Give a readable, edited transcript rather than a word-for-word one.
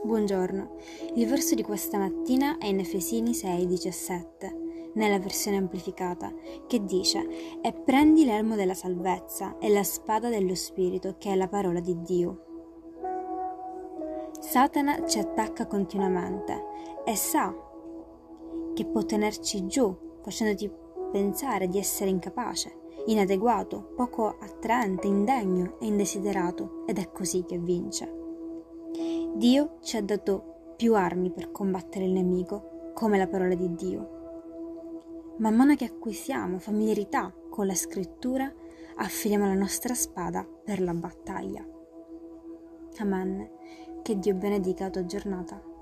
Buongiorno, il verso di questa mattina è in Efesini 6,17, nella versione amplificata, che dice: «E prendi l'elmo della salvezza e la spada dello Spirito, che è la parola di Dio». Satana ci attacca continuamente e sa che può tenerci giù, facendoti pensare di essere incapace, inadeguato, poco attraente, indegno e indesiderato, ed è così che vince. Dio ci ha dato più armi per combattere il nemico, come la parola di Dio. Man mano che acquisiamo familiarità con la scrittura, affiliamo la nostra spada per la battaglia. Amen. Che Dio benedica la tua giornata.